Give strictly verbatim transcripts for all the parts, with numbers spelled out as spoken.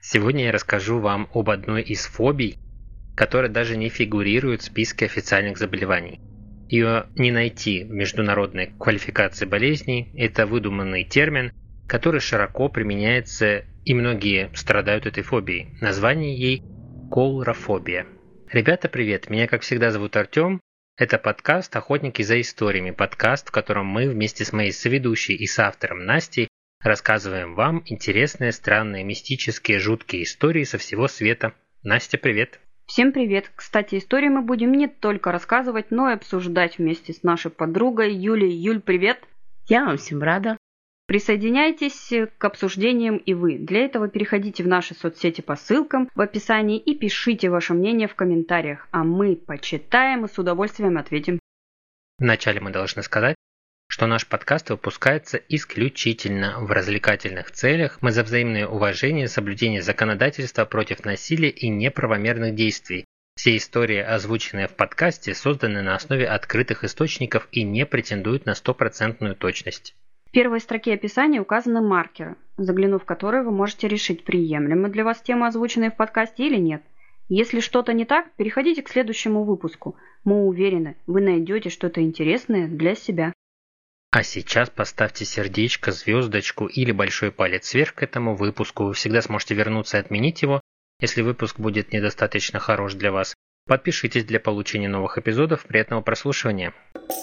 Сегодня я расскажу вам об одной из фобий, которая даже не фигурирует в списке официальных заболеваний. Ее не найти в международной квалификации болезней, это выдуманный термин, который широко применяется, и многие страдают этой фобией. Название ей – коулрофобия. Ребята, привет! Меня, как всегда, зовут Артем. Это подкаст «Охотники за историями», подкаст, в котором мы вместе с моей соведущей и соавтором Настей рассказываем вам интересные, странные, мистические, жуткие истории со всего света. Настя, привет! Всем привет! Кстати, истории мы будем не только рассказывать, но и обсуждать вместе с нашей подругой Юлей. Юль, привет! Я вам всем рада. Присоединяйтесь к обсуждениям и вы. Для этого переходите в наши соцсети по ссылкам в описании и пишите ваше мнение в комментариях, а мы почитаем и с удовольствием ответим. Вначале мы должны сказать, что наш подкаст выпускается исключительно в развлекательных целях. Мы за взаимное уважение и соблюдение законодательства против насилия и неправомерных действий. Все истории, озвученные в подкасте, созданы на основе открытых источников и не претендуют на стопроцентную точность. В первой строке описания указаны маркеры, заглянув в которые вы можете решить, приемлема для вас тема, озвученная в подкасте, или нет. Если что-то не так, переходите к следующему выпуску. Мы уверены, вы найдете что-то интересное для себя. А сейчас поставьте сердечко, звездочку или большой палец вверх к этому выпуску. Вы всегда сможете вернуться и отменить его, если выпуск будет недостаточно хорош для вас. Подпишитесь для получения новых эпизодов. Приятного прослушивания.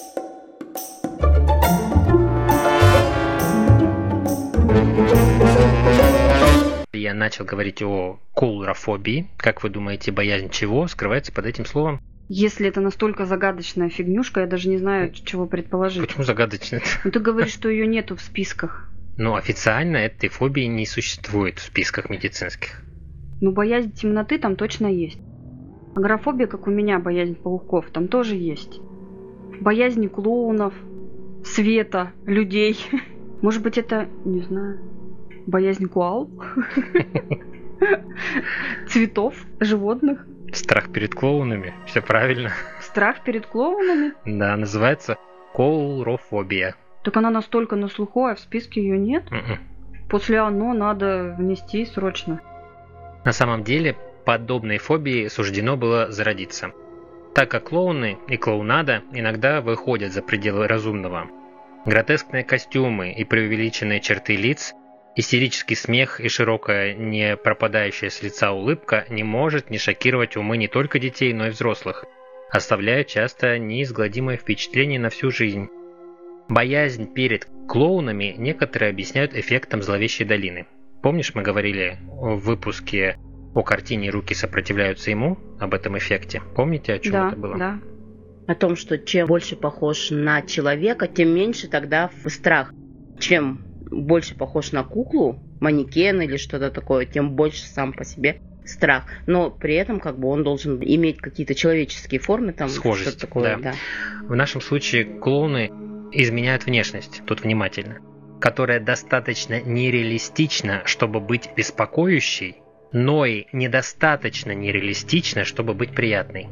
Я начал говорить о коулрофобии. Как вы думаете, боязнь чего скрывается под этим словом? Если это настолько загадочная фигнюшка, я даже не знаю, чего предположить. Почему загадочно? Ну ты говоришь, что ее нету в списках. Ну, официально этой фобии не существует в списках медицинских. Ну, боязнь темноты там точно есть. Агорафобия, как у меня, боязнь пауков, там тоже есть. Боязнь клоунов, света, людей. Может быть, это, не знаю, боязнь коал? Цветов, животных? Страх перед клоунами, все правильно. Страх перед клоунами? Да, называется коулрофобия. Так она настолько на слуху, а в списке ее нет? Mm-mm. После оно надо внести срочно. На самом деле, подобной фобии суждено было зародиться, так как клоуны и клоунада иногда выходят за пределы разумного. Гротескные костюмы и преувеличенные черты лиц, истерический смех и широкая, не пропадающая с лица улыбка не может не шокировать умы не только детей, но и взрослых, оставляя часто неизгладимое впечатление на всю жизнь. Боязнь перед клоунами некоторые объясняют эффектом зловещей долины. Помнишь, мы говорили в выпуске о картине «Руки сопротивляются ему», об этом эффекте? Помните, о чем да, это было? Да. О том, что чем больше похож на человека, тем меньше тогда страх. Чем больше похож на куклу, манекен или что-то такое, тем больше сам по себе страх. Но при этом как бы он должен иметь какие-то человеческие формы, там схожесть, что-то такое. Да. Да. В нашем случае клоуны изменяют внешность, тут внимательно, которая достаточно нереалистична, чтобы быть беспокоящей, но и недостаточно нереалистична, чтобы быть приятной.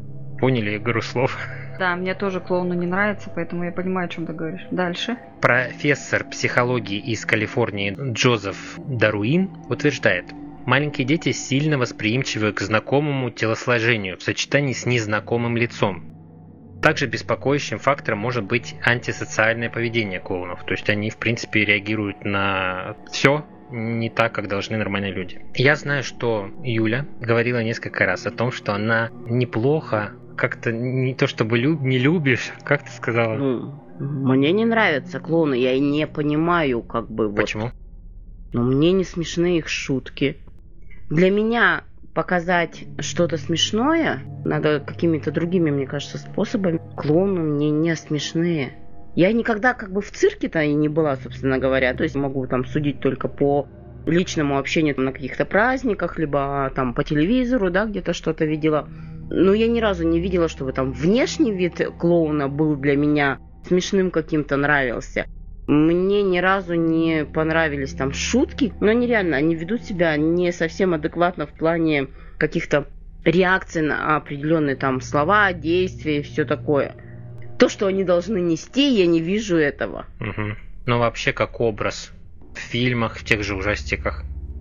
Поняли игру слов? Да, мне тоже клоуны не нравятся, поэтому я понимаю, о чем ты говоришь. Дальше. Профессор психологии из Калифорнии Джозеф Даруин утверждает, маленькие дети сильно восприимчивы к знакомому телосложению в сочетании с незнакомым лицом. Также беспокоящим фактором может быть антисоциальное поведение клоунов, то есть они в принципе реагируют на все не так, как должны нормальные люди. Я знаю, что Юля говорила несколько раз о том, что она неплохо, как-то не то чтобы люб, не любишь, как ты сказала? Ну, мне не нравятся клоуны, я и не понимаю, как бы. Почему? Вот. Ну, мне не смешны их шутки. Для меня показать что-то смешное надо какими-то другими, мне кажется, способами. Клоуны мне не смешные. Я никогда как бы в цирке-то и не была, собственно говоря. То есть могу там судить только по личному общению там, на каких-то праздниках, либо там по телевизору, да, где-то что-то видела. Но я ни разу не видела, чтобы там внешний вид клоуна был для меня смешным каким-то, нравился. Мне ни разу не понравились там шутки, но они реально, они ведут себя не совсем адекватно в плане каких-то реакций на определенные там слова, действия и все такое. То, что они должны нести, я не вижу этого. Угу. Ну вообще как образ в фильмах, в тех же ужастиках.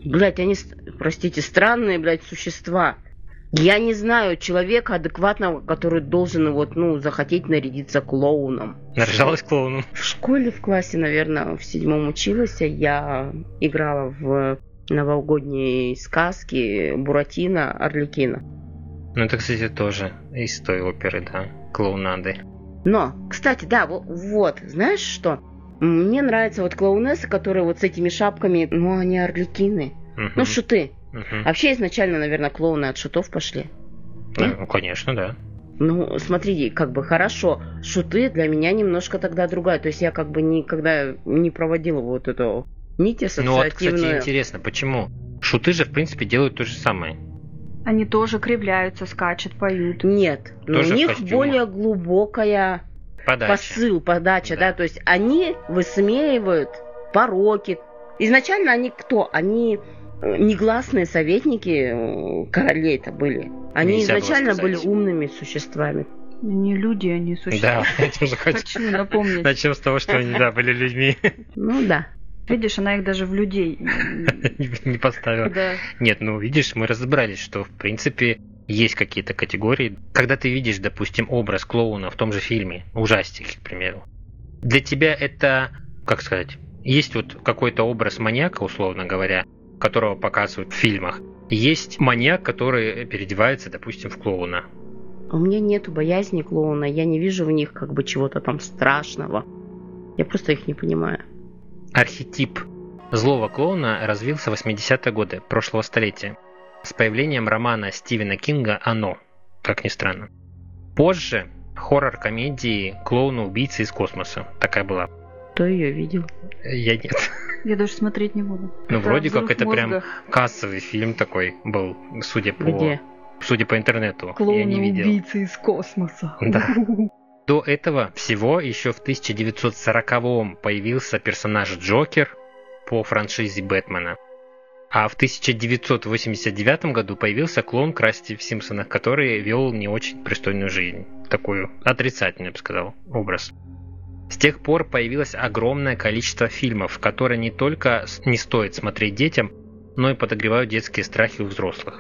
Блядь, они, простите, странные, блядь, существа. Я не знаю человека адекватного, который должен вот, ну, захотеть нарядиться клоуном. Наряжалась клоуном? В школе в классе, наверное, в седьмом училась, я играла в новогодние сказки Буратино, Арлекино. Ну, это, кстати, тоже из той оперы, да, клоунады. Но, кстати, да, вот, вот, знаешь что? Мне нравятся вот клоунессы, которые вот с этими шапками, ну, они арлекины. Угу. Ну, шуты. Угу. Вообще, изначально, наверное, клоуны от шутов пошли. Да, ну, конечно, да. Ну, смотри, как бы хорошо. Шуты для меня немножко тогда другая. То есть я как бы никогда не проводила вот эту нить ассоциативную. Ну, вот, кстати, интересно, почему? Шуты же, в принципе, делают то же самое. Они тоже кривляются, скачут, поют. Нет, но у них более глубокая подача. посыл, подача, да. да. То есть они высмеивают пороки. Изначально они кто? Они негласные советники королей-то были. Они Нельзя изначально были умными существами. Не люди, они существа. Да, я тоже хочу напомнить. Начнем с того, что они, да, были людьми. Ну да. Видишь, она их даже в людей не поставила. Да. Нет, ну видишь, мы разобрались, что в принципе есть какие-то категории. Когда ты видишь, допустим, образ клоуна в том же фильме, ужастики, к примеру, для тебя это, как сказать, есть вот какой-то образ маньяка, условно говоря, которого показывают в фильмах. Есть маньяк, который переодевается, допустим, в клоуна. У меня нету боязни клоуна, я не вижу в них как бы чего-то там страшного. Я просто их не понимаю. Архетип злого клоуна развился в восьмидесятые годы прошлого столетия с появлением романа Стивена Кинга «Оно», как ни странно. Позже хоррор-комедии «Клоуны-убийцы из космоса». Такая была. Кто ее видел? Я нет. Я даже смотреть не буду. Ну, это вроде как это мозга. Прям кассовый фильм такой был, судя по, Где? Судя по интернету. Я не видел. Клоуны-убийцы из космоса. Да. До этого всего еще в тысяча девятьсот сороковом появился персонаж Джокер по франшизе Бэтмена. А в тысяча девятьсот восемьдесят девятом году появился клоун Красти в Симпсонах, который вел не очень пристойную жизнь. Такую отрицательную, я бы сказал, образ. С тех пор появилось огромное количество фильмов, которые не только не стоит смотреть детям, но и подогревают детские страхи у взрослых.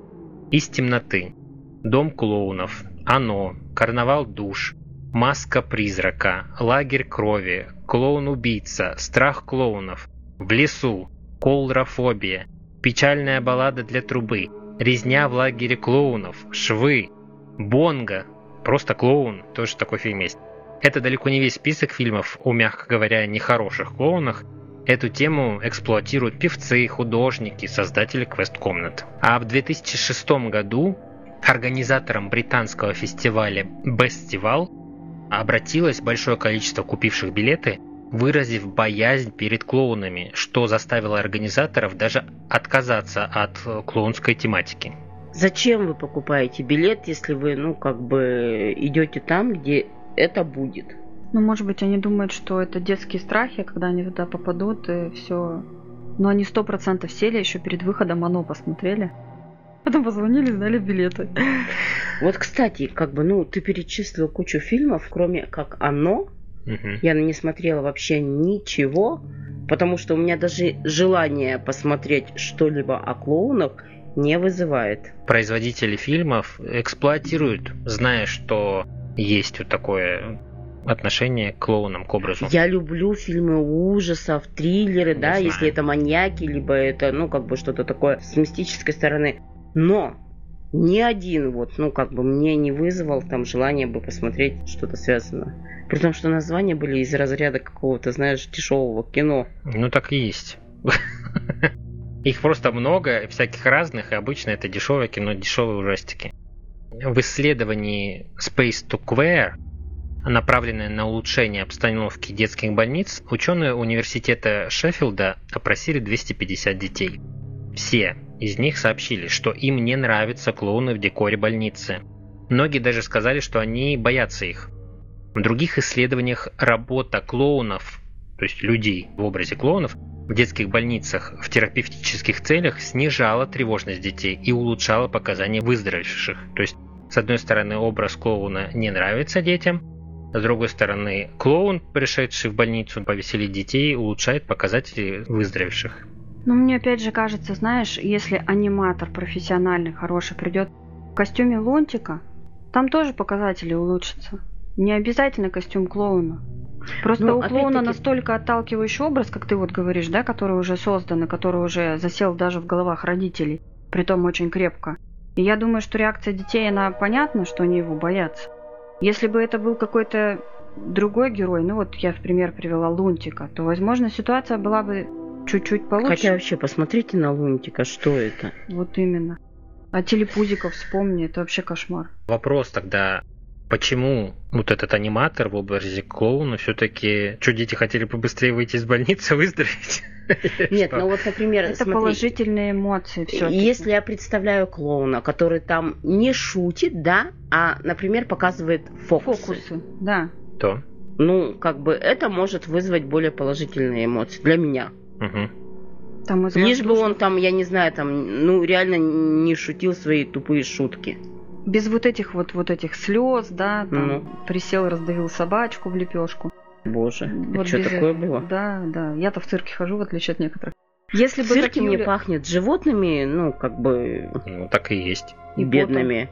«Из темноты», «Дом клоунов», «Оно», «Карнавал душ», «Маска призрака», «Лагерь крови», «Клоун-убийца», «Страх клоунов», «В лесу», «Колдрофобия», «Печальная баллада для трубы», «Резня в лагере клоунов», «Швы», «Бонго», «Просто клоун», тоже такой фильм есть. Это далеко не весь список фильмов о, мягко говоря, нехороших клоунах. Эту тему эксплуатируют певцы, художники, создатели квест-комнат. А в две тысячи шестом году организатором британского фестиваля Бестивал обратилось большое количество купивших билеты, выразив боязнь перед клоунами, что заставило организаторов даже отказаться от клоунской тематики. Зачем вы покупаете билет, если вы, ну, как бы идете там, где это будет? Ну, может быть, они думают, что это детские страхи, а когда они туда попадут, и все. Но они сто процентов сели, еще перед выходом «Оно» посмотрели. Потом позвонили, сдали билеты. Вот, кстати, как бы, ну, ты перечислил кучу фильмов, кроме как «Оно». Угу. Я не смотрела вообще ничего, потому что у меня даже желание посмотреть что-либо о клоунах не вызывает. Производители фильмов эксплуатируют, зная, что есть вот такое отношение к клоунам, к образу. Я люблю фильмы ужасов, триллеры, Не да, знаю. Если это маньяки, либо это, ну, как бы что-то такое с мистической стороны. Но ни один вот, ну, как бы мне не вызвал там желание бы посмотреть что-то связанное. При том, что названия были из разряда какого-то, знаешь, дешевого кино. Ну, так и есть. Их просто много, всяких разных, и обычно это дешевое кино, дешевые ужастики. В исследовании Space to Queer, направленное на улучшение обстановки детских больниц, ученые университета Шеффилда опросили двести пятьдесят детей. Все из них сообщили, что им не нравятся клоуны в декоре больницы. Многие даже сказали, что они боятся их. В других исследованиях работа клоунов, то есть людей в образе клоунов, в детских больницах в терапевтических целях снижала тревожность детей и улучшала показания выздоровевших. То есть, с одной стороны, образ клоуна не нравится детям, с другой стороны, клоун, пришедший в больницу повеселить детей, улучшает показатели выздоровевших. Но мне опять же кажется, знаешь, если аниматор профессиональный, хороший придет в костюме Лунтика, там тоже показатели улучшатся. Не обязательно костюм клоуна. Просто Ну, у клоуна опять-таки- настолько отталкивающий образ, как ты вот говоришь, да, который уже создан и который уже засел даже в головах родителей, притом очень крепко. И я думаю, что реакция детей, она понятна, что они его боятся. Если бы это был какой-то другой герой, ну вот я в пример привела Лунтика, то, возможно, ситуация была бы чуть-чуть получше. Хотя вообще, посмотрите на Лунтика, что это? Вот именно. А телепузиков вспомни, это вообще кошмар. Вопрос тогда, почему вот этот аниматор в образе клоуна все-таки... Что, дети хотели побыстрее выйти из больницы, выздороветь? Нет, Что? ну вот, например, Это смотри, положительные эмоции все. если я представляю клоуна, который там не шутит, да, а, например, показывает фокусы, Фокусы, да. То. ну, как бы это может вызвать более положительные эмоции для меня. Угу. Там из Лишь бы воздушных- он там, я не знаю, там, ну, реально не шутил свои тупые шутки. Без вот этих вот, вот этих слез, да, там, Ну. присел, раздавил собачку в лепешку. Боже, Вот это что без такое этого. было? Да, да. Я-то в цирке хожу, в отличие от некоторых. Если В бы цирке как мне Юля- пахнет животными, ну, как бы Ну, так и есть. И бедными.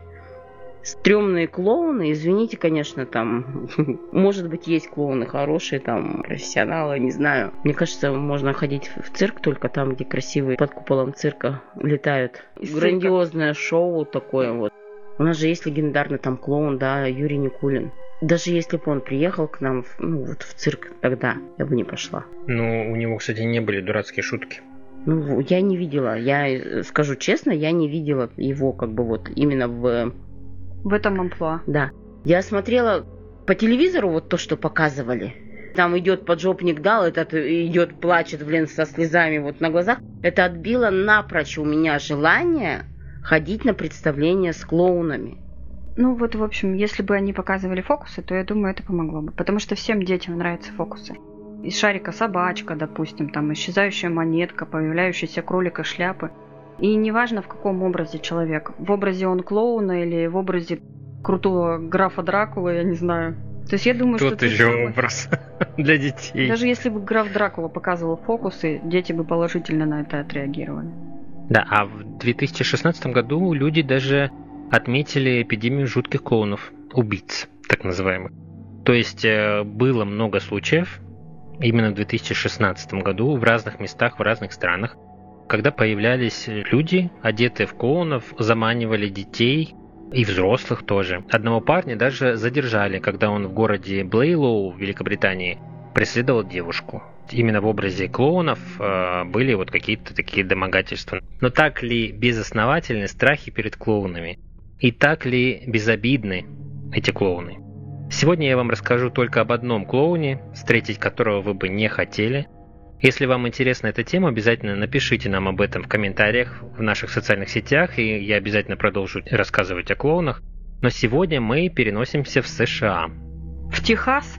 Стрёмные клоуны, извините, конечно, там, может быть, есть клоуны хорошие, там, профессионалы, не знаю. Мне кажется, можно ходить в цирк только там, где красивые под куполом цирка летают. Из цирка. Грандиозное шоу такое вот. У нас же есть легендарный там клоун, да, Юрий Никулин. Даже если бы он приехал к нам, в- ну, вот в цирк тогда, я бы не пошла. Ну, у него, кстати, не были дурацкие шутки. Ну, я не видела, я э, скажу честно, я не видела его как бы вот именно в... В этом амплуа. Да. Я смотрела по телевизору вот то, что показывали. Там идет поджопник дал, этот идет, плачет, блин, со слезами вот на глазах. Это отбило напрочь у меня желание ходить на представления с клоунами. Ну вот, в общем, если бы они показывали фокусы, то я думаю, это помогло бы. Потому что всем детям нравятся фокусы. Из шарика собачка, допустим, там исчезающая монетка, появляющийся кролик и шляпы. И неважно, в каком образе человек. В образе он клоуна или в образе крутого графа Дракулы, я не знаю. То есть я думаю, что... Тут тут еще самое- образ для детей. Даже если бы граф Дракула показывал фокусы, дети бы положительно на это отреагировали. Да, а в две тысячи шестнадцатом году люди даже отметили эпидемию жутких клоунов, убийц, так называемых. То есть э, было много случаев именно в две тысячи шестнадцатом году в разных местах, в разных странах, когда появлялись люди, одетые в клоунов, заманивали детей и взрослых тоже. Одного парня даже задержали, когда он в городе Блейлоу в Великобритании преследовал девушку. Именно в образе клоунов э, были вот какие-то такие домогательства. Но так ли безосновательны страхи перед клоунами? И так ли безобидны эти клоуны? Сегодня я вам расскажу только об одном клоуне, встретить которого вы бы не хотели. Если вам интересна эта тема, обязательно напишите нам об этом в комментариях в наших социальных сетях, и я обязательно продолжу рассказывать о клоунах. Но сегодня мы переносимся в США. В Техас?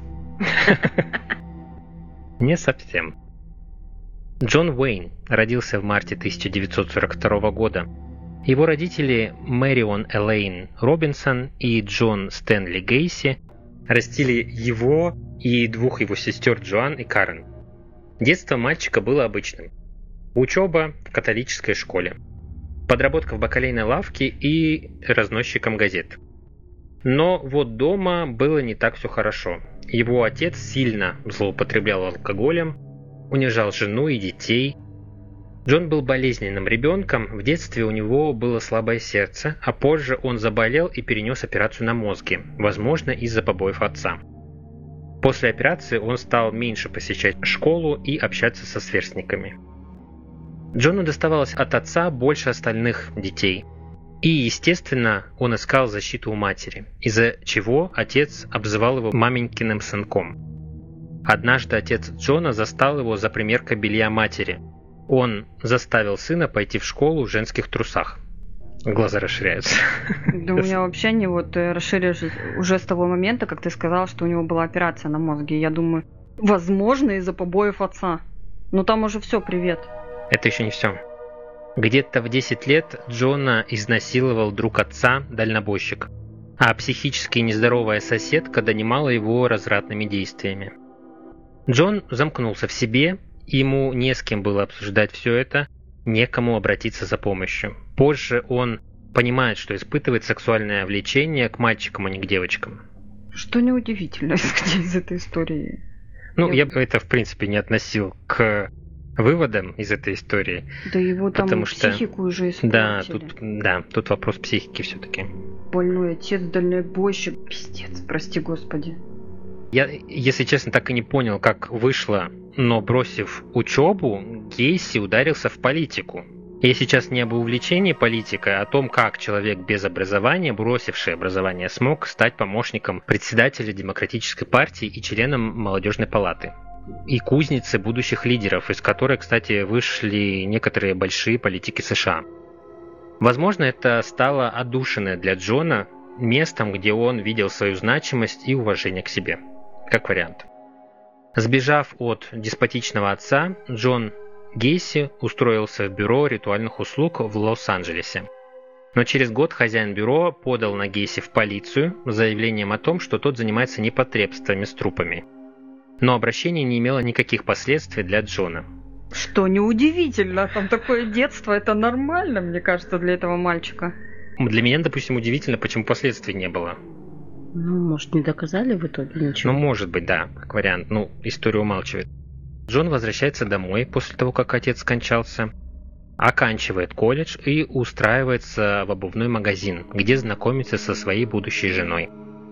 Не совсем. Джон Уэйн родился в марте тысяча девятьсот сорок второго года. Его родители Мэрион Элейн Робинсон и Джон Стэнли Гейси растили его и двух его сестер Джоан и Карен. Детство мальчика было обычным. Учеба в католической школе, подработка в бакалейной лавке и разносчиком газет. Но вот дома было не так все хорошо. Его отец сильно злоупотреблял алкоголем, унижал жену и детей. Джон был болезненным ребенком, в детстве у него было слабое сердце, а позже он заболел и перенес операцию на мозге, возможно, из-за побоев отца. После операции он стал меньше посещать школу и общаться со сверстниками. Джону доставалось от отца больше остальных детей. И, естественно, он искал защиту у матери, из-за чего отец обзывал его маменькиным сынком. Однажды отец Джона застал его за примеркой белья матери. Он заставил сына пойти в школу в женских трусах. Глаза расширяются. Да у меня вообще не вот э, расширились уже с того момента, как ты сказал, что у него была операция на мозге. Я думаю, возможно, из-за побоев отца. Но там уже все, привет. Это еще не все. Где-то в десять лет Джона изнасиловал друг отца, дальнобойщик, а психически нездоровая соседка донимала его развратными действиями. Джон замкнулся в себе ему не с кем было обсуждать все это, некому обратиться за помощью. Позже он понимает, что испытывает сексуальное влечение к мальчикам, а не к девочкам. Что неудивительно, исходя из этой истории. Ну, я бы это, в принципе, не относил к выводам из этой истории. Да его там потому что, психику уже испортили. Да, тут, да, тут вопрос психики все-таки. Больной отец, дальнобойщик. Пиздец, прости господи. Я, если честно, так и не понял, как вышло, но бросив учебу, Гейси ударился в политику. Я сейчас не об увлечении политикой, а о том, как человек без образования, бросивший образование, смог стать помощником председателя Демократической партии и членом Молодежной палаты. И кузницы будущих лидеров, из которой, кстати, вышли некоторые большие политики США. Возможно, это стало отдушиной для Джона, местом, где он видел свою значимость и уважение к себе. Как вариант. Сбежав от деспотичного отца, Джон Гейси устроился в бюро ритуальных услуг в Лос-Анджелесе. Но через год хозяин бюро подал на Гейси в полицию с заявлением о том, что тот занимается непотребствами с трупами. Но обращение не имело никаких последствий для Джона. Что неудивительно, там такое детство, это нормально, мне кажется, для этого мальчика. Для меня, допустим, удивительно, почему последствий не было. Ну, может, не доказали в итоге ничего? Ну, может быть, да, как вариант. Ну, история умалчивает. Джон возвращается домой после того, как отец скончался, оканчивает колледж и устраивается в обувной магазин, где знакомится со своей будущей женой.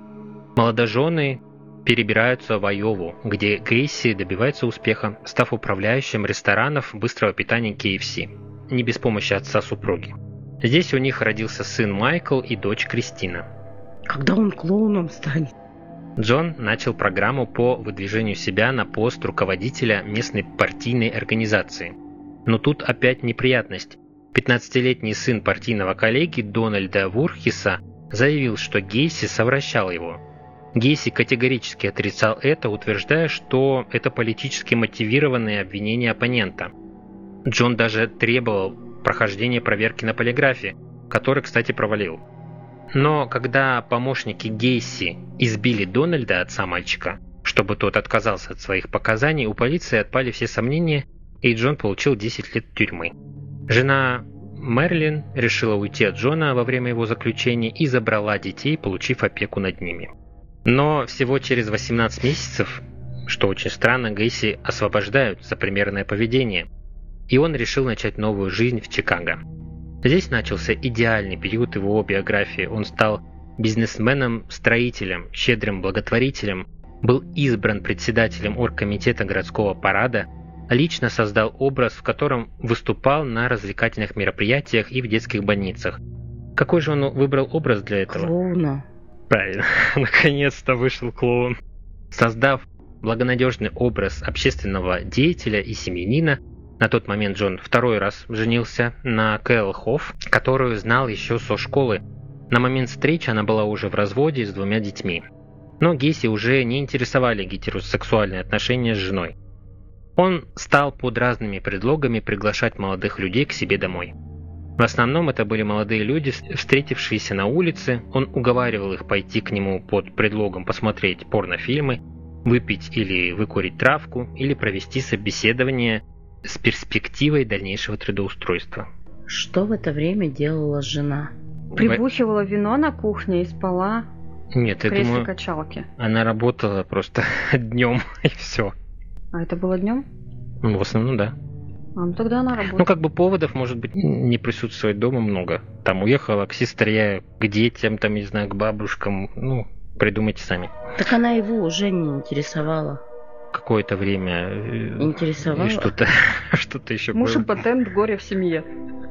Молодожены перебираются в Айову, где Гейси добивается успеха, став управляющим ресторанов быстрого питания кей эф си, не без помощи отца супруги. Здесь у них родился сын Майкл и дочь Кристина. Когда он клоуном станет? Джон начал программу по выдвижению себя на пост руководителя местной партийной организации. Но тут опять неприятность. пятнадцатилетний сын партийного коллеги Дональда Вурхиса заявил, что Гейси совращал его. Гейси категорически отрицал это, утверждая, что это политически мотивированные обвинения оппонента. Джон даже требовал прохождения проверки на полиграфе, который, кстати, провалил. Но когда помощники Гейси избили Дональда, отца мальчика, чтобы тот отказался от своих показаний, у полиции отпали все сомнения, и Джон получил десять лет тюрьмы. Жена Мэрилин решила уйти от Джона во время его заключения и забрала детей, получив опеку над ними. Но всего через восемнадцать месяцев, что очень странно, Гейси освобождают за примерное поведение, и он решил начать новую жизнь в Чикаго. Здесь начался идеальный период его биографии. Он стал бизнесменом-строителем, щедрым благотворителем, был избран председателем оргкомитета городского парада, лично создал образ, в котором выступал на развлекательных мероприятиях и в детских больницах. Какой же он выбрал образ для этого? Клоуна. Правильно, наконец-то вышел клоун. Создав благонадежный образ общественного деятеля и семьянина, на тот момент Джон второй раз женился на Кэл Хофф, которую знал еще со школы. На момент встречи она была уже в разводе с двумя детьми. Но Гейси уже не интересовали гетеросексуальные отношения с женой. Он стал под разными предлогами приглашать молодых людей к себе домой. В основном это были молодые люди, встретившиеся на улице. Он уговаривал их пойти к нему под предлогом посмотреть порнофильмы, выпить или выкурить травку, или провести собеседование с перспективой дальнейшего трудоустройства. Что в это время делала жена? Прибухивала вино на кухне и спала Нет, в я кресле думаю, качалки. она работала просто днем и все. А это было днем? Ну, в основном, да. А, ну тогда она работала. Ну, как бы поводов, может быть, не присутствовать дома много. Там уехала к сестре, к детям, там, не знаю, к бабушкам. Ну, придумайте сами. Так она его уже не интересовала. Какое-то время Интересовало? И что-то, что-то еще Муж было. импотент, горе в семье.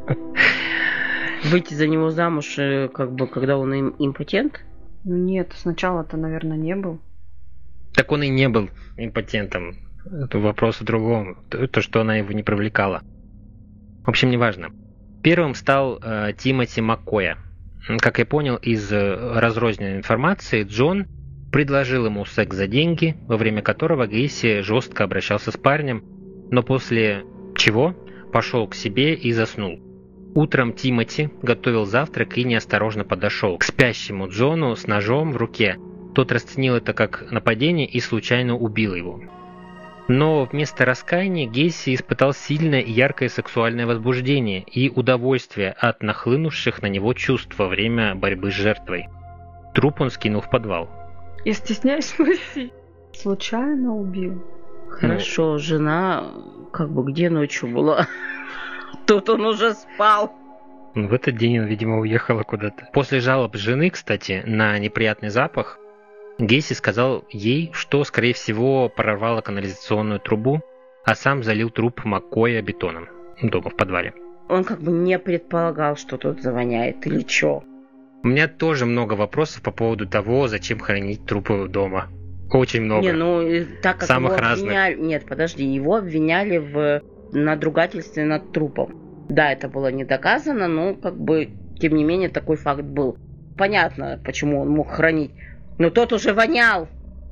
Выйти за него замуж, как бы, когда он им импотент? Ну нет, сначала-то, наверное, не был. Так он и не был импотентом. Это вопрос в другом. То, что она его не привлекала. В общем, неважно. Первым стал э, Тимоти Маккоя. Как я понял из э, разрозненной информации, Джон предложил ему секс за деньги, во время которого Гейси жестко обращался с парнем, но после чего пошел к себе и заснул. Утром Тимоти готовил завтрак и неосторожно подошел к спящему Джону с ножом в руке. Тот расценил это как нападение и случайно убил его. Но вместо раскаяния Гейси испытал сильное и яркое сексуальное возбуждение и удовольствие от нахлынувших на него чувств во время борьбы с жертвой. Труп он скинул в подвал. И стесняюсь спросить. Случайно убил? Хорошо, жена как бы где ночью была? Тут он уже спал. В этот день он, видимо, уехала куда-то. После жалоб жены, кстати, на неприятный запах, Гейси сказал ей, что, скорее всего, прорвало канализационную трубу, а сам залил труп Маккоя бетоном дома в подвале. Он как бы не предполагал, что тут завоняет или чё. У меня тоже много вопросов по поводу того, зачем хранить трупы дома. Очень много. Не, ну так как Самых его разных. обвиняли... Нет, подожди, его обвиняли в надругательстве над трупом. Да, это было не доказано, но как бы, тем не менее, такой факт был. Понятно, почему он мог хранить. Но тот уже вонял.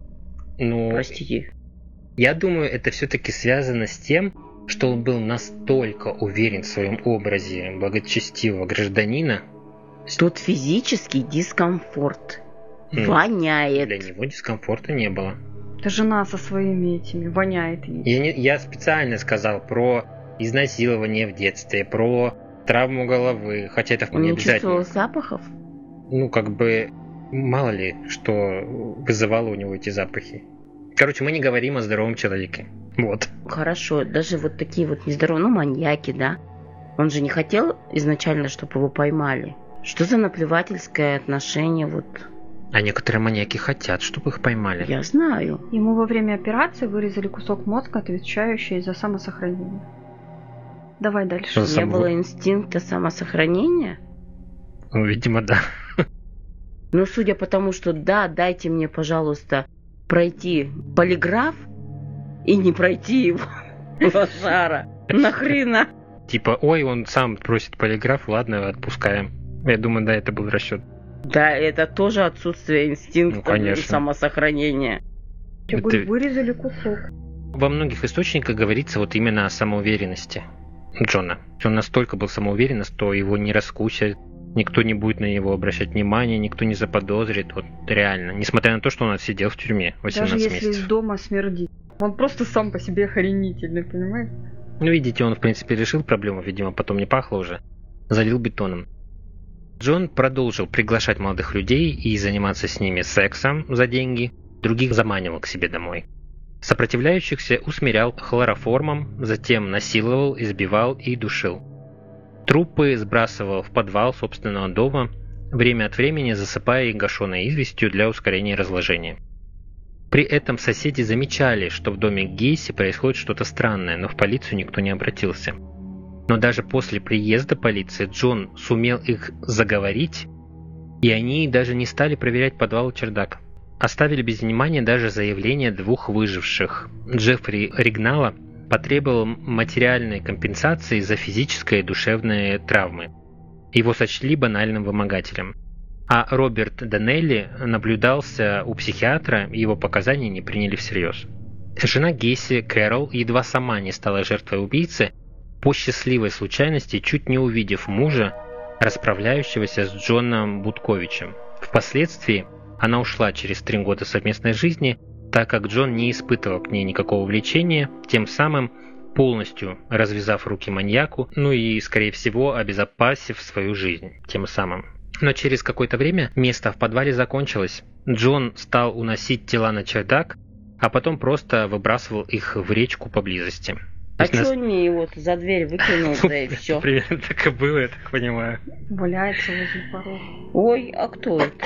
Ну, простите. Я думаю, это все-таки связано с тем, что он был настолько уверен в своем образе благочестивого гражданина. Тут физический дискомфорт. Ну, воняет. Для него дискомфорта не было. Это жена со своими этими, воняет ей. Я, не, я специально сказал про изнасилование в детстве, про травму головы, хотя это Он не не обязательно. чувствовал запахов? Ну, как бы, мало ли, что вызывало у него эти запахи. Короче, мы не говорим о здоровом человеке. Вот. Хорошо, даже вот такие вот нездоровые, ну, маньяки, да? Он же не хотел изначально, чтобы его поймали. Что за наплевательское отношение вот... А некоторые маньяки хотят, чтобы их поймали. Я знаю. Ему во время операции вырезали кусок мозга, отвечающий за самосохранение. Давай дальше. Что за Не само- было инстинкта самосохранения? Ну, видимо, да. Ну, судя по тому, что да, дайте мне, пожалуйста, пройти полиграф и не пройти его, лошара. Нахрена? Типа, ой, он сам просит полиграф, ладно, отпускаем. Я думаю, да, это был расчет. Да, это тоже отсутствие инстинкта Ну, конечно. самосохранения. Тем более вырезали кусок. Во многих источниках говорится вот именно о самоуверенности Джона. Он настолько был самоуверен, что его не раскусят, никто не будет на него обращать внимания, никто не заподозрит. Вот реально. Несмотря на то, что он отсидел в тюрьме восемнадцать Даже если месяцев. из дома смердит. Он просто сам по себе охренительный, понимаешь? Ну, видите, он, в принципе, решил проблему, видимо, потом не пахло уже. Залил бетоном. Джон продолжил приглашать молодых людей и заниматься с ними сексом за деньги, других заманивал к себе домой. Сопротивляющихся усмирял хлороформом, затем насиловал, избивал и душил. Трупы сбрасывал в подвал собственного дома, время от времени засыпая их гашеной известью для ускорения разложения. При этом соседи замечали, что в доме Гейси происходит что-то странное, но в полицию никто не обратился. Но даже после приезда полиции Джон сумел их заговорить, и они даже не стали проверять подвал и чердак. Оставили без внимания даже заявление двух выживших. Джеффри Ригнала потребовал материальной компенсации за физические и душевные травмы. Его сочли банальным вымогателем. А Роберт Доннелли наблюдался у психиатра, и его показания не приняли всерьез. Жена Гейси, Кэрол, едва сама не стала жертвой убийцы, по счастливой случайности чуть не увидев мужа, расправляющегося с Джоном Бутковичем. Впоследствии она ушла через три года совместной жизни, так как Джон не испытывал к ней никакого влечения, тем самым полностью развязав руки маньяку, ну и, скорее всего, обезопасив свою жизнь тем самым. Но через какое-то время место в подвале закончилось. Джон стал уносить тела на чердак, а потом просто выбрасывал их в речку поблизости. А То есть что он мне его за дверь выкинул, да и все? Примерно так и было, я так понимаю. Валяется возле порога. Ой, а кто это?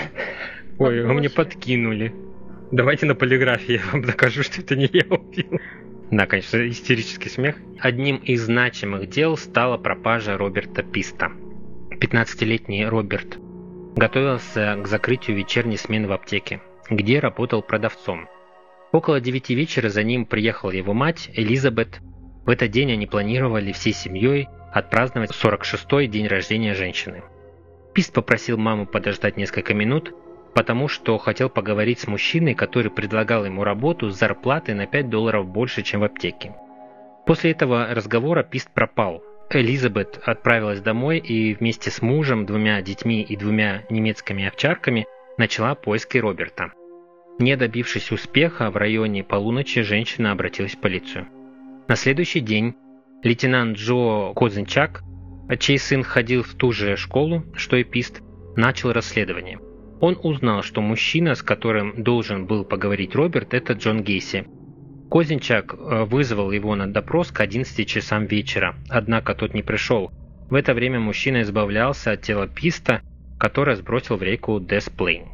Ой, вы мне Подбросили. подкинули. Давайте на полиграфе я вам докажу, что это не я убил. Да, конечно, истерический смех. Одним из значимых дел стала пропажа Роберта Писта. пятнадцатилетний Роберт готовился к закрытию вечерней смены в аптеке, где работал продавцом. Около девяти вечера за ним приехала его мать Элизабет. В этот день они планировали всей семьей отпраздновать сорок шестой день рождения женщины. Пист попросил маму подождать несколько минут, потому что хотел поговорить с мужчиной, который предлагал ему работу с зарплатой на пять долларов больше, чем в аптеке. После этого разговора Пист пропал. Элизабет отправилась домой и вместе с мужем, двумя детьми и двумя немецкими овчарками начала поиски Роберта. Не добившись успеха, в районе полуночи женщина обратилась в полицию. На следующий день лейтенант Джо Козенчак, чей сын ходил в ту же школу, что и Пист, начал расследование. Он узнал, что мужчина, с которым должен был поговорить Роберт, это Джон Гейси. Козенчак вызвал его на допрос к одиннадцати часам вечера, однако тот не пришел. В это время мужчина избавлялся от тела Писта, которое сбросил в реку Дес-Плейн.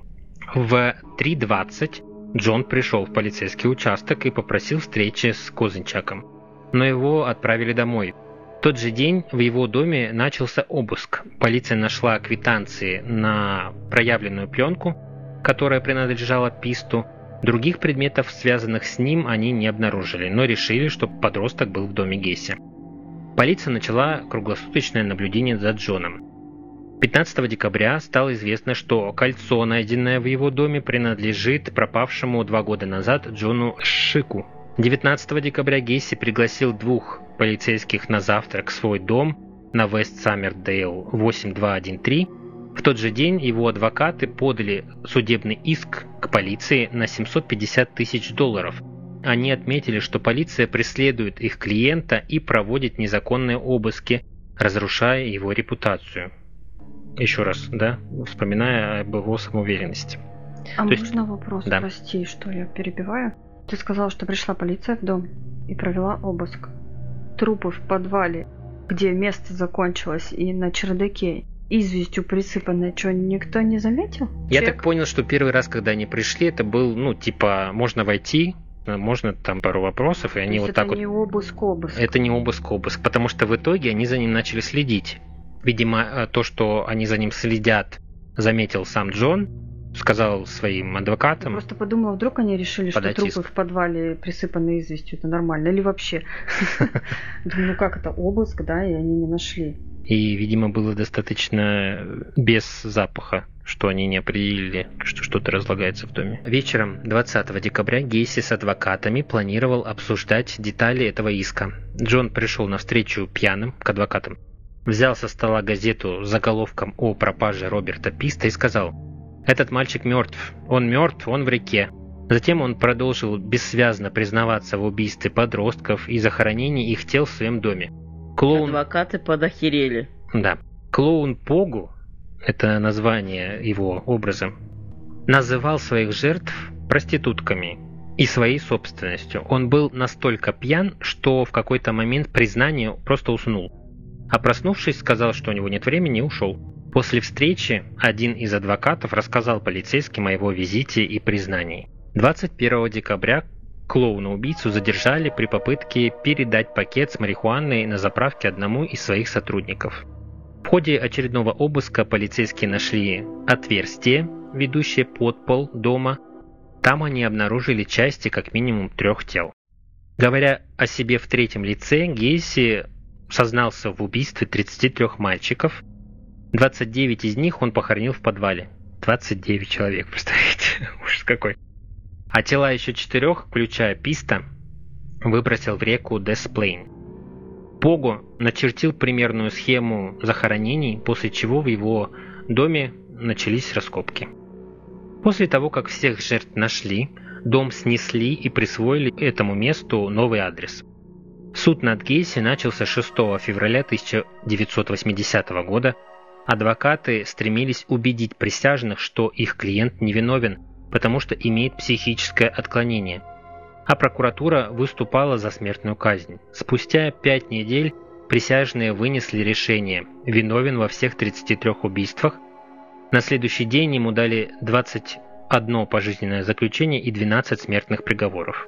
В три двадцать Джон пришел в полицейский участок и попросил встречи с Козенчаком, но его отправили домой. В тот же день в его доме начался обыск. Полиция нашла квитанции на проявленную пленку, которая принадлежала Писту. Других предметов, связанных с ним, они не обнаружили, но решили, что подросток был в доме Гейси. Полиция начала круглосуточное наблюдение за Джоном. пятнадцатого декабря стало известно, что кольцо, найденное в его доме, принадлежит пропавшему два года назад Джону Шику. девятнадцатого декабря Гейси пригласил двух полицейских на завтрак в свой дом на Вест-Саммердейл восемь два один три. В тот же день его адвокаты подали судебный иск к полиции на семьсот пятьдесят тысяч долларов. Они отметили, что полиция преследует их клиента и проводит незаконные обыски, разрушая его репутацию. Еще раз, да, вспоминая об его самоуверенности. А То можно есть... вопрос? Да. Прости, что я перебиваю. Ты сказал, что пришла полиция в дом и провела обыск. Трупы в подвале, где место закончилось, и на чердаке известью присыпанное, что, никто не заметил? Я Чек? так понял, что первый раз, когда они пришли, это был, ну, типа, можно войти, можно там пару вопросов, и То они есть вот это так не вот... обыск-обыск. Это не обыск-обыск, потому что в итоге они за ним начали следить. Видимо, то, что они за ним следят, заметил сам Джон, сказал своим Я адвокатам. просто подумала, вдруг они решили, что Подать трупы иск. в подвале присыпаны известью, это нормально, или вообще? Думаю, ну как это, обыск, да, и они не нашли. И, видимо, было достаточно без запаха, что они не определили, что что-то разлагается в доме. Вечером двадцатого декабря Гейси с адвокатами планировал обсуждать детали этого иска. Джон пришел на встречу пьяным к адвокатам, взял со стола газету с заголовком о пропаже Роберта Писта и сказал: «Этот мальчик мертв. Он мертв, он в реке». Затем он продолжил бессвязно признаваться в убийстве подростков и захоронении их тел в своем доме. Клоун... Адвокаты подохерели. Да. Клоун Погу, это название его образа, называл своих жертв проститутками и своей собственностью. Он был настолько пьян, что в какой-то момент признания просто уснул. А проснувшись, сказал, что у него нет времени, и ушел. После встречи один из адвокатов рассказал полицейским о его визите и признании. двадцать первого декабря клоуна-убийцу задержали при попытке передать пакет с марихуаной на заправке одному из своих сотрудников. В ходе очередного обыска полицейские нашли отверстие, ведущее под пол дома. Там они обнаружили части как минимум трех тел. Говоря о себе в третьем лице, Гейси сознался в убийстве тридцати трёх мальчиков. двадцать девять из них он похоронил в подвале. двадцать девять человек, представляете? Ужас какой. А тела еще четырех, включая Писта, выбросил в реку Дес-Плейн. Погу начертил примерную схему захоронений, после чего в его доме начались раскопки. После того, как всех жертв нашли, дом снесли и присвоили этому месту новый адрес. Суд над Гейси начался шестого февраля тысяча девятьсот восьмидесятого года. Адвокаты стремились убедить присяжных, что их клиент невиновен, потому что имеет психическое отклонение. А прокуратура выступала за смертную казнь. Спустя пять недель присяжные вынесли решение: виновен во всех тридцати трёх убийствах. На следующий день ему дали двадцать одно пожизненное заключение и двенадцать смертных приговоров.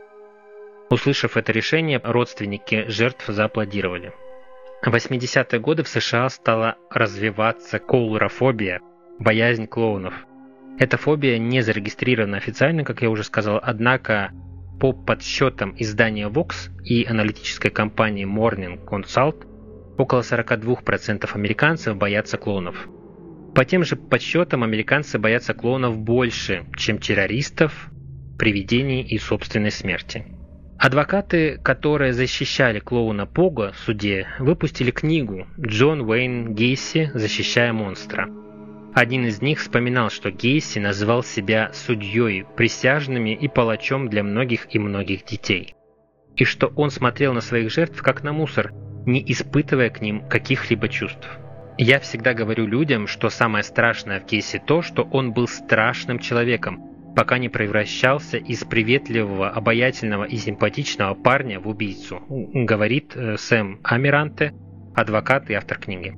Услышав это решение, родственники жертв зааплодировали. В восьмидесятые годы в США стала развиваться коулрофобия, боязнь клоунов. Эта фобия не зарегистрирована официально, как я уже сказал, однако по подсчетам издания Vox и аналитической компании Morning Consult, около сорок два процента американцев боятся клоунов. По тем же подсчетам, американцы боятся клоунов больше, чем террористов, привидений и собственной смерти. Адвокаты, которые защищали клоуна Погу в суде, выпустили книгу «Джон Уэйн Гейси. Защищая монстра». Один из них вспоминал, что Гейси называл себя судьей, присяжными и палачом для многих и многих детей. И что он смотрел на своих жертв как на мусор, не испытывая к ним каких-либо чувств. Я всегда говорю людям, что самое страшное в Гейси то, что он был страшным человеком, пока не превращался из приветливого, обаятельного и симпатичного парня в убийцу, говорит Сэм Амиранте, адвокат и автор книги.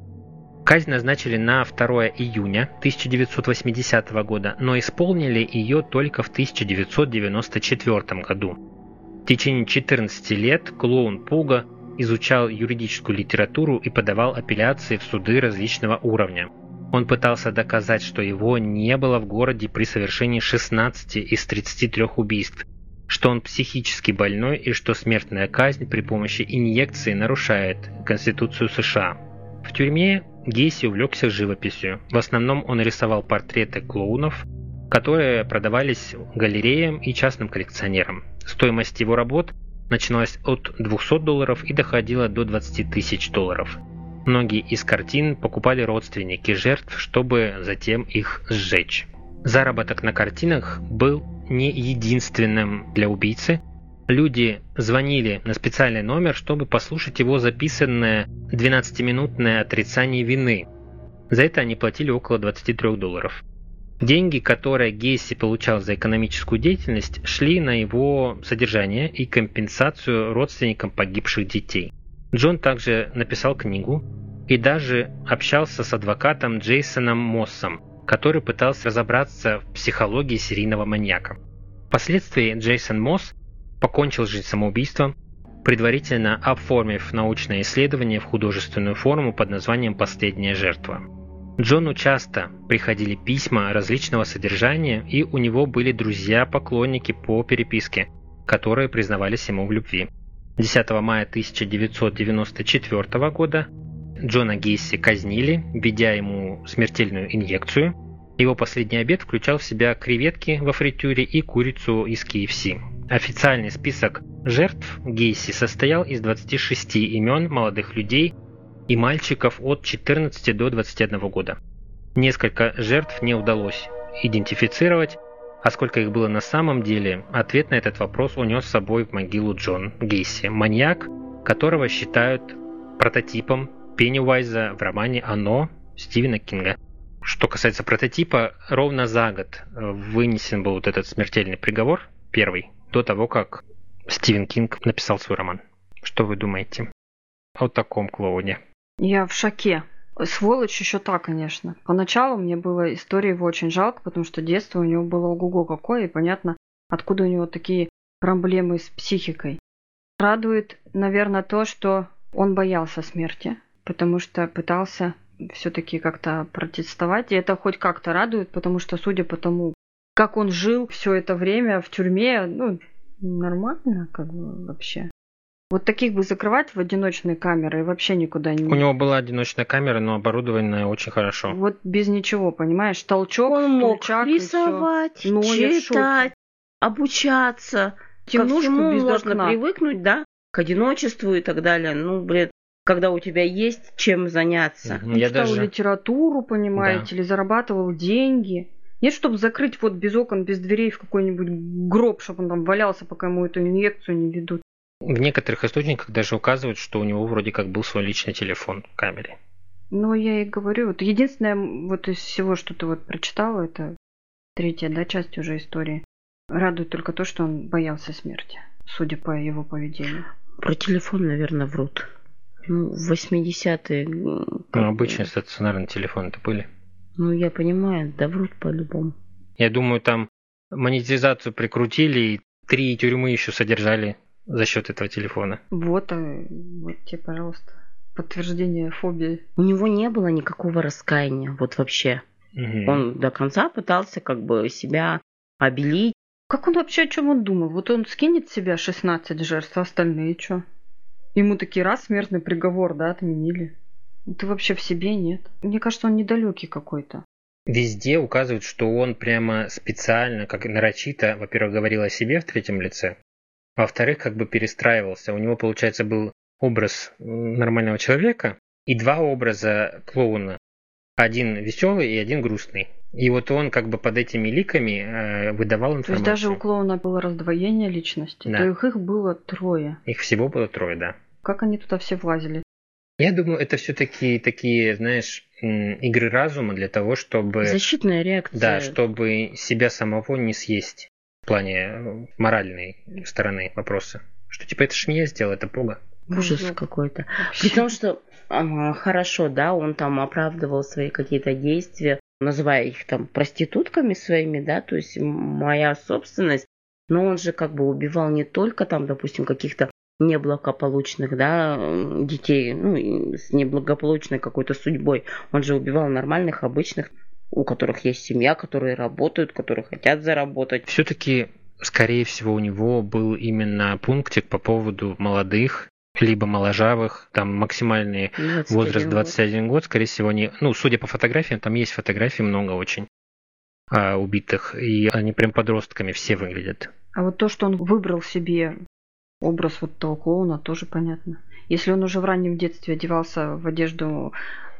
Казнь назначили на второе июня тысяча девятьсот восьмидесятого года, но исполнили ее только в тысяча девятьсот девяносто четвёртом году. В течение четырнадцати лет клоун Пуга изучал юридическую литературу и подавал апелляции в суды различного уровня. Он пытался доказать, что его не было в городе при совершении шестнадцати из тридцати трёх убийств, что он психически больной и что смертная казнь при помощи инъекции нарушает Конституцию США. В тюрьме Гейси увлекся живописью. В основном он рисовал портреты клоунов, которые продавались галереям и частным коллекционерам. Стоимость его работ начиналась от двухсот долларов и доходила до двадцати тысяч долларов. Многие из картин покупали родственники жертв, чтобы затем их сжечь. Заработок на картинах был не единственным для убийцы. Люди звонили на специальный номер, чтобы послушать его записанное двенадцатиминутное отрицание вины. За это они платили около двадцати трёх долларов. Деньги, которые Гейси получал за экономическую деятельность, шли на его содержание и компенсацию родственникам погибших детей. Джон также написал книгу и даже общался с адвокатом Джейсоном Моссом, который пытался разобраться в психологии серийного маньяка. Впоследствии Джейсон Мосс покончил жизнь самоубийством, предварительно оформив научное исследование в художественную форму под названием «Последняя жертва». Джону часто приходили письма различного содержания, и у него были друзья-поклонники по переписке, которые признавались ему в любви. десятого мая тысяча девятьсот девяносто четвёртого года Джона Гейси казнили, введя ему смертельную инъекцию. Его последний обед включал в себя креветки во фритюре и курицу из кей эф си. Официальный список жертв Гейси состоял из двадцати шести имен молодых людей и мальчиков от четырнадцати до двадцати одного года. Несколько жертв не удалось идентифицировать, а сколько их было на самом деле, ответ на этот вопрос унес с собой в могилу Джон Гейси, маньяк, которого считают прототипом Пеннивайза в романе «Оно» Стивена Кинга. Что касается прототипа, ровно за год вынесен был вот этот смертельный приговор, первый, до того, как Стивен Кинг написал свой роман. Что вы думаете о таком клоуне? Я в шоке. Сволочь еще та, конечно. Поначалу мне было истории его очень жалко, потому что детство у него было ого-го какое, и понятно, откуда у него такие проблемы с психикой. Радует, наверное, то, что он боялся смерти, потому что пытался все-таки как-то протестовать, и это хоть как-то радует, потому что, судя по тому, как он жил все это время в тюрьме, ну, нормально, как бы, вообще. Вот таких бы закрывать в одиночные камеры и вообще никуда не... У него была одиночная камера, но оборудованная очень хорошо. Вот без ничего, понимаешь, толчок, он мог стульчак, рисовать, и всё. читать, обучаться. Темнушку Ко всему без можно окна. привыкнуть, да, к одиночеству и так далее. Ну, блин, когда у тебя есть чем заняться. Он Я читал даже... литературу, понимаете, Да. или зарабатывал деньги. Нет, чтобы закрыть вот без окон, без дверей в какой-нибудь гроб, чтобы он там валялся, пока ему эту инъекцию не ведут. В некоторых источниках даже указывают, что у него вроде как был свой личный телефон в камере. Но я и говорю, вот единственное, вот из всего, что ты вот прочитала, это третья, да, часть уже истории. Радует только то, что он боялся смерти, судя по его поведению. Про телефон, наверное, врут. Ну, в восьмидесятые... Ну, обычные стационарные телефоны-то были. Ну, я понимаю, да врут по-любому. Я думаю, там монетизацию прикрутили, и три тюрьмы еще содержали за счет этого телефона. Вот, а, вот тебе, пожалуйста, подтверждение фобии. У него не было никакого раскаяния, вот вообще. Угу. Он до конца пытался как бы себя обелить. Как он вообще, о чем он думал? Вот он скинет с себя шестнадцать жертв, а остальные что? Ему таки раз смертный приговор, да, отменили. Ты вообще в себе нет. Мне кажется, он недалекий какой-то. Везде указывают, что он прямо специально, как нарочито, во-первых, говорил о себе в третьем лице, во-вторых, как бы перестраивался. У него, получается, был образ нормального человека и два образа клоуна. Один веселый и один грустный. И вот он как бы под этими ликами э, выдавал информацию. То есть даже у клоуна было раздвоение личности, Да. то их, их было трое. Их всего было трое, да. Как они туда все влазили? Я думаю, это все-таки такие, знаешь, игры разума для того, чтобы... Защитная реакция. Да, чтобы себя самого не съесть в плане моральной стороны вопроса. Что типа это ж не я сделал, это Бога. Ужас Козёл. какой-то. Вообще. При том, что ага, хорошо, да, он там оправдывал свои какие-то действия, называя их там проститутками своими, да, то есть моя собственность, но он же как бы убивал не только там, допустим, каких-то неблагополучных, да, детей, ну, с неблагополучной какой-то судьбой. Он же убивал нормальных, обычных, у которых есть семья, которые работают, которые хотят заработать. Все-таки, скорее всего, у него был именно пунктик по поводу молодых, либо моложавых, там максимальный возраст двадцать один год, скорее всего, не... Ну, судя по фотографиям, там есть фотографий много очень а, убитых, и они прям подростками все выглядят. А вот то, что он выбрал себе образ вот того клоуна, тоже понятно. Если он уже в раннем детстве одевался в одежду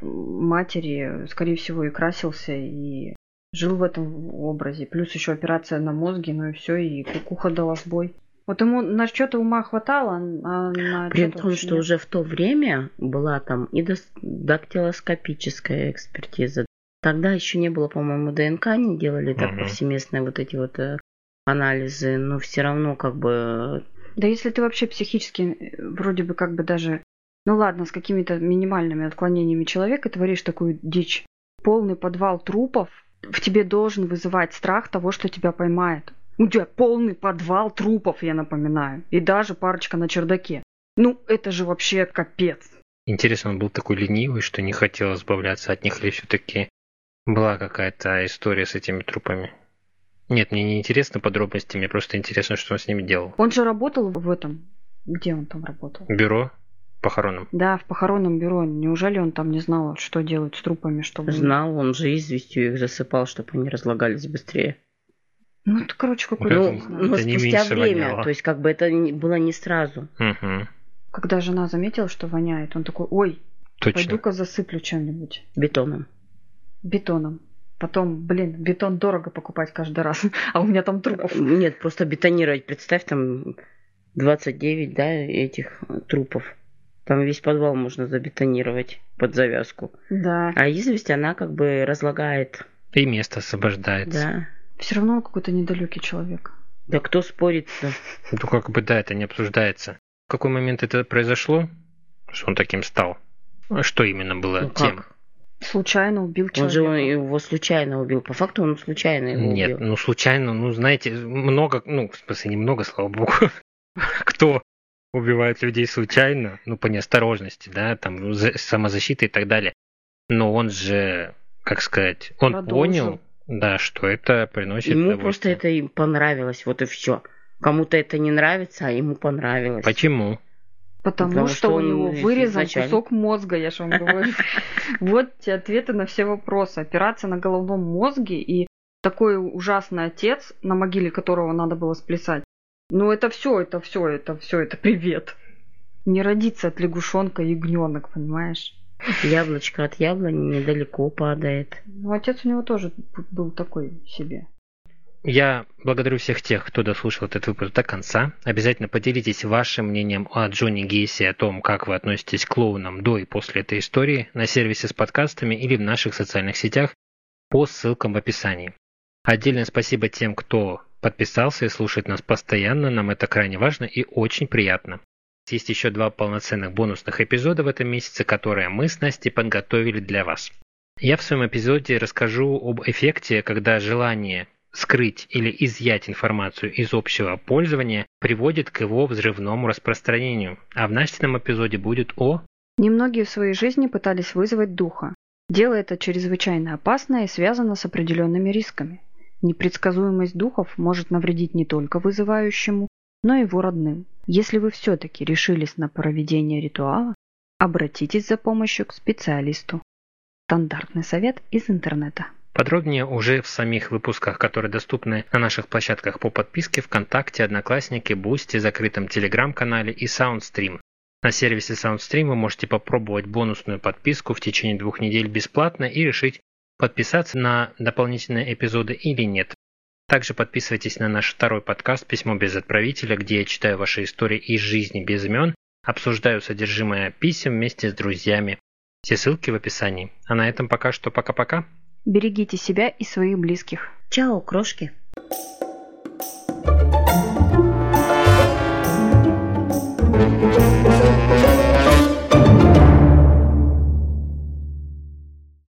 матери, скорее всего, и красился, и жил в этом образе. Плюс еще операция на мозге, ну и все, и кукуха дала сбой. Вот ему на что-то ума хватало, а на При том, что нет. Уже в то время была там и дактилоскопическая экспертиза. Тогда еще не было, по-моему, ДНК, не делали так uh-huh. повсеместные вот эти вот анализы, но все равно как бы... Да если ты вообще психически вроде бы как бы даже, ну ладно, с какими-то минимальными отклонениями человека творишь такую дичь, полный подвал трупов в тебе должен вызывать страх того, что тебя поймают. У тебя полный подвал трупов, я напоминаю, и даже парочка на чердаке. Ну это же вообще капец. Интересно, он был такой ленивый, что не хотел избавляться от них, или все-таки была какая-то история с этими трупами? Нет, мне не интересно подробности, мне просто интересно, что он с ними делал. Он же работал в этом. Где он там работал? Бюро похоронном. Да, в похоронном бюро. Неужели он там не знал, что делать с трупами, чтобы... Знал, он же известью их засыпал, чтобы они разлагались быстрее. Ну, это, короче, какой-то... Ну, но спустя время, воняло. То есть как бы это было не сразу. Угу. Когда жена заметила, что воняет, он такой, ой, точно. Пойду-ка засыплю чем-нибудь. Бетоном. Бетоном. Потом, блин, бетон дорого покупать каждый раз, а у меня там трупов. Нет, просто бетонировать. Представь, там двадцать девять, да, этих трупов. Там весь подвал можно забетонировать под завязку. Да. А известь, она как бы разлагает. И место освобождается. Да. Все равно он какой-то недалекий человек. Да кто спорит-то? Ну как бы да, это не обсуждается. В какой момент это произошло, что он таким стал? Что именно было ну, тем? Как? Случайно убил человека. Он же его случайно убил. По факту он случайно его Нет, убил. Нет, ну случайно, ну знаете, много, ну в смысле немного, слава богу, кто убивает людей случайно, ну по неосторожности, да, там самозащита и так далее. Но он же, как сказать, он Продолжил. понял, да, что это приносит ему просто это им понравилось, вот и все. Кому-то это не нравится, а ему понравилось. Почему? Потому, Потому что, что у него вырезан изначально... кусок мозга, я же вам говорю. Вот те ответы на все вопросы. Операция на головном мозге и такой ужасный отец, на могиле которого надо было сплясать. Ну это все, это все, это все, это привет. Не родится от лягушонка ягненок, понимаешь? Яблочко от яблони недалеко падает. Ну отец у него тоже был такой себе. Я благодарю всех тех, кто дослушал этот выпуск до конца. Обязательно поделитесь вашим мнением о Джонни Гейси, о том, как вы относитесь к клоунам до и после этой истории на сервисе с подкастами или в наших социальных сетях по ссылкам в описании. Отдельное спасибо тем, кто подписался и слушает нас постоянно. Нам это крайне важно и очень приятно. Есть еще два полноценных бонусных эпизода в этом месяце, которые мы с Настей подготовили для вас. Я в своем эпизоде расскажу об эффекте, когда желание скрыть или изъять информацию из общего пользования приводит к его взрывному распространению. А в Настином эпизоде будет о... Немногие в своей жизни пытались вызвать духа. Дело это чрезвычайно опасное и связано с определенными рисками. Непредсказуемость духов может навредить не только вызывающему, но и его родным. Если вы все-таки решились на проведение ритуала, обратитесь за помощью к специалисту. Стандартный совет из интернета. Подробнее уже в самих выпусках, которые доступны на наших площадках по подписке ВКонтакте, Одноклассники, Бусти, закрытом Телеграм-канале и Саундстрим. На сервисе SoundStream вы можете попробовать бонусную подписку в течение двух недель бесплатно и решить, подписаться на дополнительные эпизоды или нет. Также подписывайтесь на наш второй подкаст «Письмо без отправителя», где я читаю ваши истории из жизни без имен, обсуждаю содержимое писем вместе с друзьями. Все ссылки в описании. А на этом пока что пока-пока. Берегите себя и своих близких. Чао, крошки.